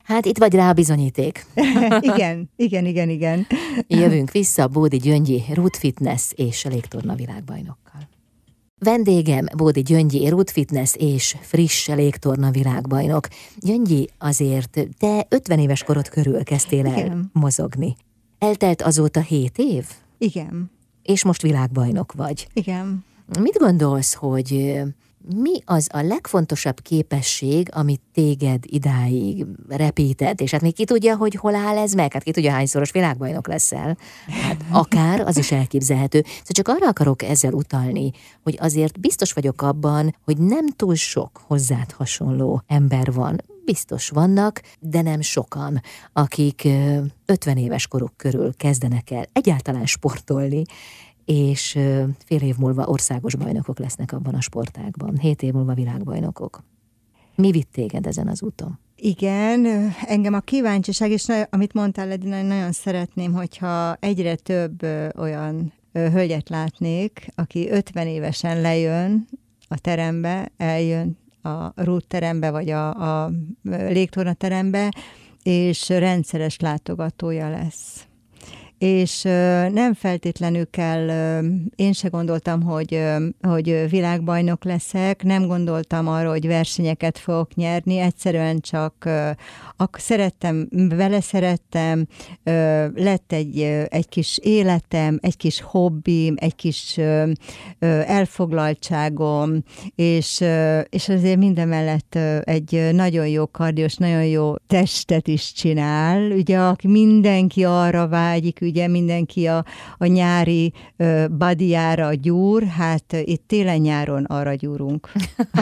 Hát itt vagy rá a bizonyíték. igen, igen, igen, igen. Jövünk vissza Bódi Gyöngyi Root Fitness és légtorna világbajnokkal. Vendégem Bódi Gyöngyi Root Fitness és friss légtorna világbajnok. Gyöngyi, azért te ötven éves korod körül kezdtél el igen. mozogni. Eltelt azóta hét év? Igen. És most világbajnok vagy. Igen. Mit gondolsz, hogy mi az a legfontosabb képesség, amit téged idáig repített, és hát még ki tudja, hogy hol áll ez meg? Hát ki tudja, hányszoros világbajnok leszel? Hát akár, az is elképzelhető. Szóval csak arra akarok ezzel utalni, hogy azért biztos vagyok abban, hogy nem túl sok hozzád hasonló ember van. Biztos vannak, de nem sokan, akik ötven éves koruk körül kezdenek el egyáltalán sportolni, és fél év múlva országos bajnokok lesznek abban a sportágban, hét év múlva világbajnokok. Mi vitt téged ezen az úton? Igen, engem a kíváncsiság, és amit mondtál, Edina, nagyon szeretném, hogyha egyre több olyan hölgyet látnék, aki ötven évesen lejön a terembe, eljön a Root terembe, vagy a, a légtorna terembe, és rendszeres látogatója lesz. És nem feltétlenül kell, én se gondoltam, hogy, hogy világbajnok leszek, nem gondoltam arra, hogy versenyeket fogok nyerni, egyszerűen csak akkor szerettem, vele szerettem, lett egy, egy kis életem, egy kis hobbim, egy kis elfoglaltságom, és, és azért mindemellett egy nagyon jó kardiós, nagyon jó testet is csinál, ugye, aki mindenki arra vágyik, ugye mindenki a, a nyári uh, bodyjára gyúr, hát uh, itt télen-nyáron arra gyúrunk.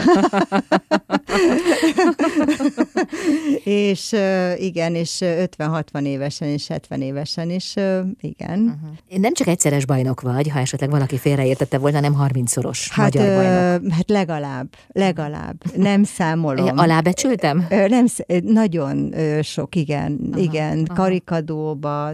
és uh, igen, és ötven-hatvan évesen és hetven évesen is, uh, igen. Uh-huh. Nem csak egyszeres bajnok vagy, ha esetleg valaki félreértette volna, nem harmincszoros hát, magyar bajnok. Uh, hát legalább, legalább. Nem számolom. Alábecsültem? Uh, nem, nagyon uh, sok, igen. Aha, igen, aha. Karikadóba,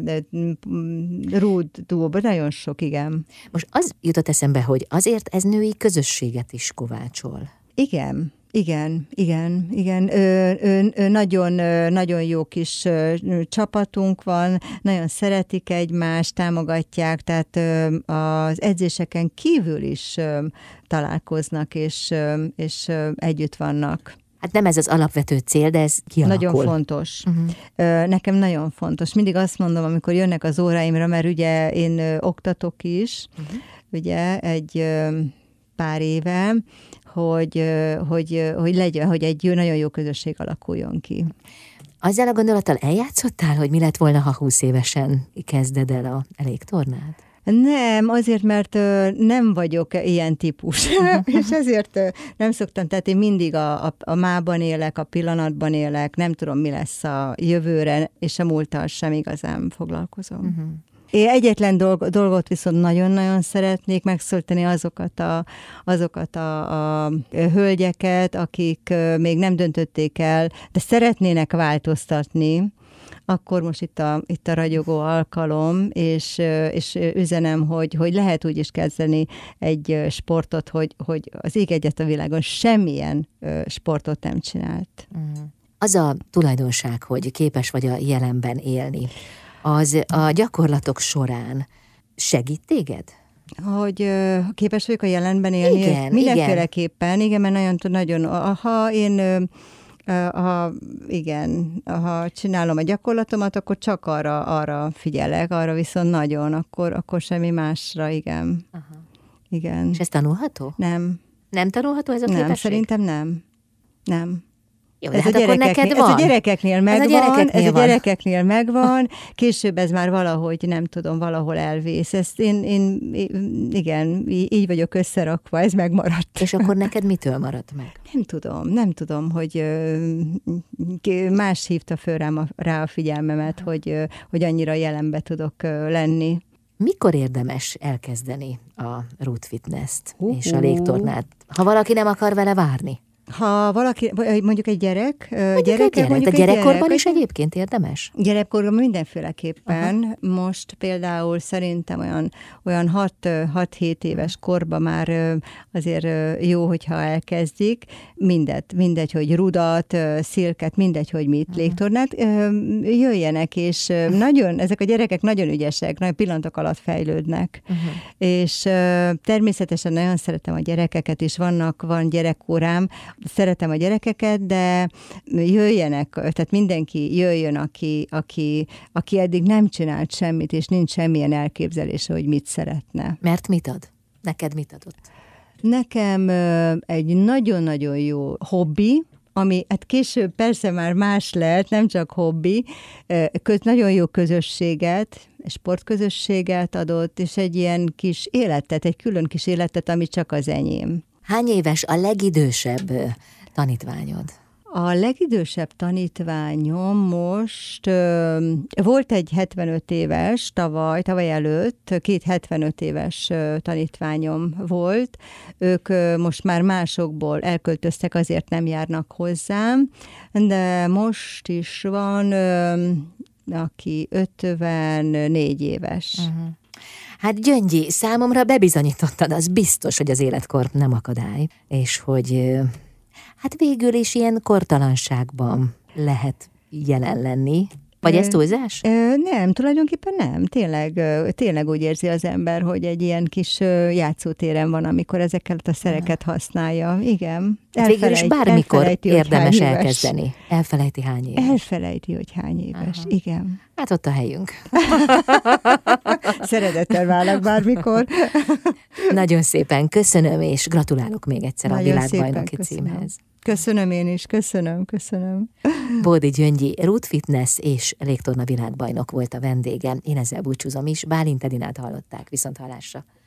Root duóban, nagyon sok, igen. Most az jutott eszembe, hogy azért ez női közösséget is kovácsol. Igen. Igen, igen, igen. Ö, ö, ö, nagyon, ö, nagyon jó kis ö, csapatunk van, nagyon szeretik egymást, támogatják, tehát ö, az edzéseken kívül is ö, találkoznak, és, ö, és ö, együtt vannak. Hát nem ez az alapvető cél, de ez kialakul. Nagyon fontos. Uh-huh. Nekem nagyon fontos. Mindig azt mondom, amikor jönnek az óráimra, mert ugye én oktatok is, uh-huh. ugye egy pár éve, hogy, hogy, hogy legyen, hogy egy nagyon jó közösség alakuljon ki. Azzal a gondolattal eljátszottál, hogy mi lett volna, ha húsz évesen kezded el a légtornát? Nem, azért, mert ö, nem vagyok ilyen típus, és ezért ö, nem szoktam, tehát én mindig a, a, a mában élek, a pillanatban élek, nem tudom, mi lesz a jövőre, és a múlttal sem igazán foglalkozom. Uh-huh. Én egyetlen dolg, dolgot viszont nagyon-nagyon szeretnék megszólítani azokat a, azokat a, a hölgyeket, akik ö, még nem döntötték el, de szeretnének változtatni, akkor most itt a, itt a ragyogó alkalom, és, és üzenem, hogy, hogy lehet úgy is kezdeni egy sportot, hogy, hogy az ég egyet a világon semmilyen sportot nem csinált. Az a tulajdonság, hogy képes vagy a jelenben élni, az a gyakorlatok során segít téged? Hogy képes vagyok a jelenben élni? Igen, mindenféleképpen, igen, mert nagyon, nagyon, ha én... Ha, igen, ha csinálom a gyakorlatomat, akkor csak arra, arra figyelek, arra viszont nagyon, akkor, akkor semmi másra, igen. Aha. Igen. És ez tanulható? Nem. Nem tanulható ez a képesség? Nem, szerintem nem. Nem. Jó, ez, hát a akkor neked van. Ez a gyerekeknél megvan, ez a gyerekeknél, ez a gyerekeknél van. megvan, később ez már valahogy, nem tudom, valahol elvész. Ezt én, én igen, így vagyok összerakva, ez megmaradt. És akkor neked mitől maradt meg? Nem tudom, nem tudom, hogy más hívta föl rám a, rá a figyelmemet, hogy, hogy annyira jelenbe tudok lenni. Mikor érdemes elkezdeni a Root Fitness-t uh-huh. és a légtornát, ha valaki nem akar vele várni? Ha valaki, mondjuk egy gyerek, mondjuk gyereke, egy gyerek, mondjuk a egy gyerekkorban gyerek, is egyébként érdemes? Gyerekkorban mindenféleképpen. Aha. Most például szerintem olyan, olyan hat-hét éves korban már azért jó, hogyha elkezdik. Mindet, mindegy, hogy rudat, szilket, mindegy, hogy mit, uh-huh. légtornát, jöjjenek, és nagyon, ezek a gyerekek nagyon ügyesek, nagy pillanatok alatt fejlődnek. Uh-huh. És természetesen nagyon szeretem a gyerekeket, és vannak, van gyerekkorám, szeretem a gyerekeket, de jöjjenek, tehát mindenki jöjjön, aki, aki, aki eddig nem csinált semmit, és nincs semmilyen elképzelése, hogy mit szeretne. Mert mit ad? Neked mit adott? Nekem egy nagyon-nagyon jó hobbi, ami hát később persze már más lehet, nem csak hobbi, köz, nagyon jó közösséget, sportközösséget adott, és egy ilyen kis életet, egy külön kis életet, ami csak az enyém. Hány éves a legidősebb tanítványod? A legidősebb tanítványom most ö, volt egy hetvenöt éves, tavaly, tavaly előtt, két hetvenöt éves ö, tanítványom volt. Ők ö, most már másokból elköltöztek, azért nem járnak hozzám, de most is van, ö, aki ötvennégy éves. Uh-huh. Hát Gyöngyi, számomra bebizonyítottad, az biztos, hogy az életkor nem akadály, és hogy hát végül is ilyen kortalanságban lehet jelen lenni. Vagy ez túlzás? Nem, tulajdonképpen nem. Tényleg, tényleg úgy érzi az ember, hogy egy ilyen kis játszótéren van, amikor ezeket a szereket használja. Igen. Elfelejt, végül is bármikor érdemes elkezdeni. Elfelejti hány éves. Elfelejti, hogy hány éves. Aha. Igen. Hát ott a helyünk. Szeretettel várlak bármikor. Nagyon szépen köszönöm, és gratulálok még egyszer Nagyon a világbajnoki címhez. Köszönöm én is, köszönöm, köszönöm. Bódi Gyöngyi Root Fitness és légtorna világbajnok volt a vendégem. Én ezzel búcsúzom is. Bálint Edinát hallották, viszont hallásra.